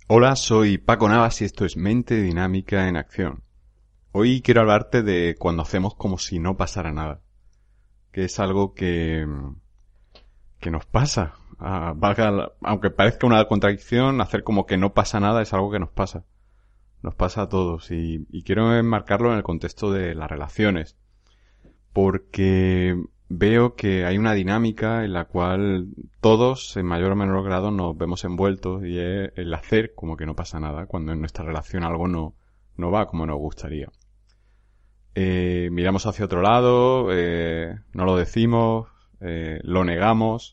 Hola, soy Paco Navas y esto es Mente Dinámica en Acción. Hoy quiero hablarte de cuando hacemos como si no pasara nada, que es algo que nos pasa. Aunque parezca una contradicción, hacer como que no pasa nada es algo que nos pasa. Nos pasa a todos y quiero enmarcarlo en el contexto de las relaciones, porque veo que hay una dinámica en la cual todos, en mayor o menor grado, nos vemos envueltos y es el hacer como que no pasa nada cuando en nuestra relación algo no va como nos gustaría. Miramos hacia otro lado, no lo decimos, lo negamos.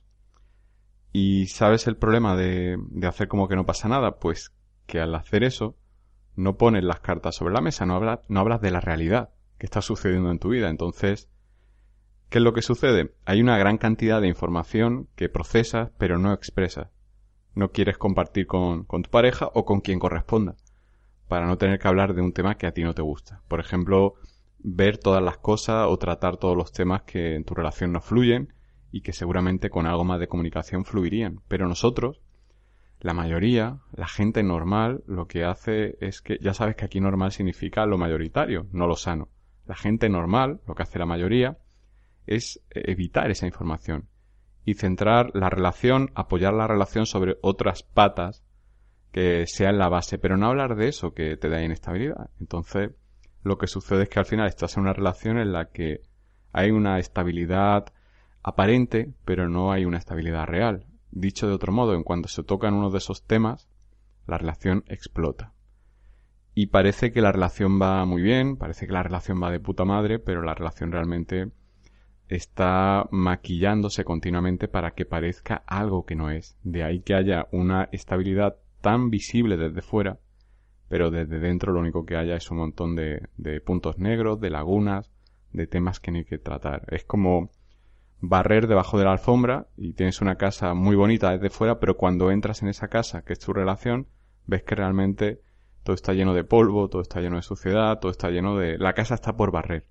¿Y sabes el problema de hacer como que no pasa nada? Pues que al hacer eso no pones las cartas sobre la mesa, no hablas de la realidad que está sucediendo en tu vida. Entonces, ¿qué es lo que sucede? Hay una gran cantidad de información que procesas pero no expresas. No quieres compartir con tu pareja o con quien corresponda, para no tener que hablar de un tema que a ti no te gusta. Por ejemplo, ver todas las cosas o tratar todos los temas que en tu relación no fluyen y que seguramente con algo más de comunicación fluirían. Pero nosotros, la mayoría, la gente normal, lo que hace es que, ya sabes que aquí normal significa lo mayoritario, no lo sano. La gente normal, lo que hace la mayoría, es evitar esa información y centrar la relación, apoyar la relación sobre otras patas que sean la base, pero no hablar de eso que te da inestabilidad. Entonces, lo que sucede es que al final estás en una relación en la que hay una estabilidad aparente, pero no hay una estabilidad real. Dicho de otro modo, en cuanto se tocan uno de esos temas, la relación explota. Y parece que la relación va muy bien, parece que la relación va de puta madre, pero la relación realmente está maquillándose continuamente para que parezca algo que no es. De ahí que haya una estabilidad tan visible desde fuera, pero desde dentro lo único que haya es un montón de puntos negros, de lagunas, de temas que no hay que tratar. Es como barrer debajo de la alfombra y tienes una casa muy bonita desde fuera, pero cuando entras en esa casa, que es tu relación, ves que realmente todo está lleno de polvo, todo está lleno de suciedad, todo está lleno de... La casa está por barrer.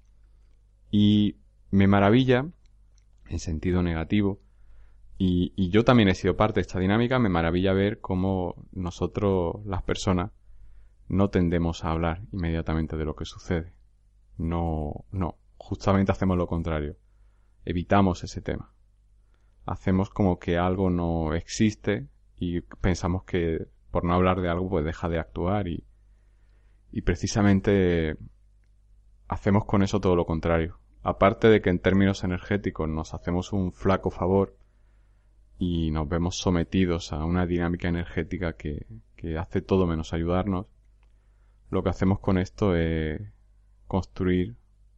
Y me maravilla, en sentido negativo, y yo también he sido parte de esta dinámica, me maravilla ver cómo nosotros, las personas, no tendemos a hablar inmediatamente de lo que sucede. No, justamente hacemos lo contrario. Evitamos ese tema. Hacemos como que algo no existe y pensamos que por no hablar de algo pues deja de actuar y precisamente hacemos con eso todo lo contrario. Aparte de que en términos energéticos nos hacemos un flaco favor y nos vemos sometidos a una dinámica energética que hace todo menos ayudarnos, lo que hacemos con esto es construir,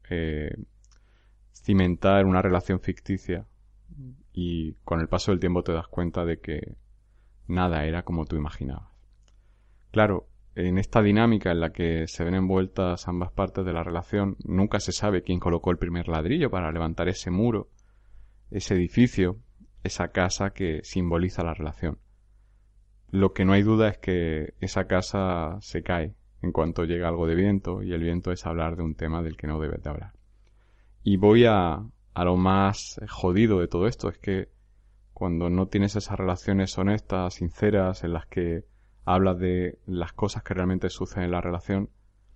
cimentar una relación ficticia y con el paso del tiempo te das cuenta de que nada era como tú imaginabas. Claro, en esta dinámica en la que se ven envueltas ambas partes de la relación, nunca se sabe quién colocó el primer ladrillo para levantar ese muro, ese edificio, esa casa que simboliza la relación. Lo que no hay duda es que esa casa se cae en cuanto llega algo de viento, y el viento es hablar de un tema del que no debes de hablar. Y voy a lo más jodido de todo esto, es que cuando no tienes esas relaciones honestas, sinceras, en las que hablas de las cosas que realmente suceden en la relación,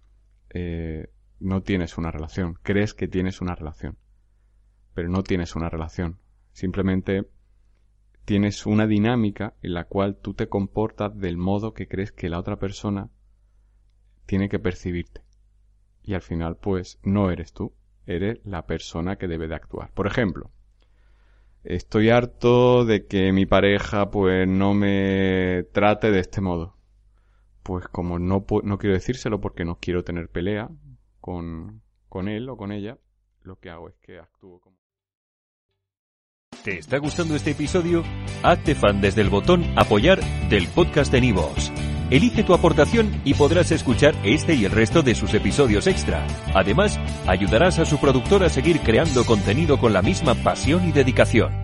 no tienes una relación. Crees que tienes una relación, pero no tienes una relación. Simplemente tienes una dinámica en la cual tú te comportas del modo que crees que la otra persona tiene que percibirte. Y al final, pues, no eres tú. Eres la persona que debe de actuar. Por ejemplo, estoy harto de que mi pareja pues no me trate de este modo. Pues como no quiero decírselo porque no quiero tener pelea con él o con ella, lo que hago es que actúo como... ¿Te está gustando este episodio? Hazte fan desde el botón Apoyar del podcast de Nivos. Elige tu aportación y podrás escuchar este y el resto de sus episodios extra. Además, ayudarás a su productor a seguir creando contenido con la misma pasión y dedicación.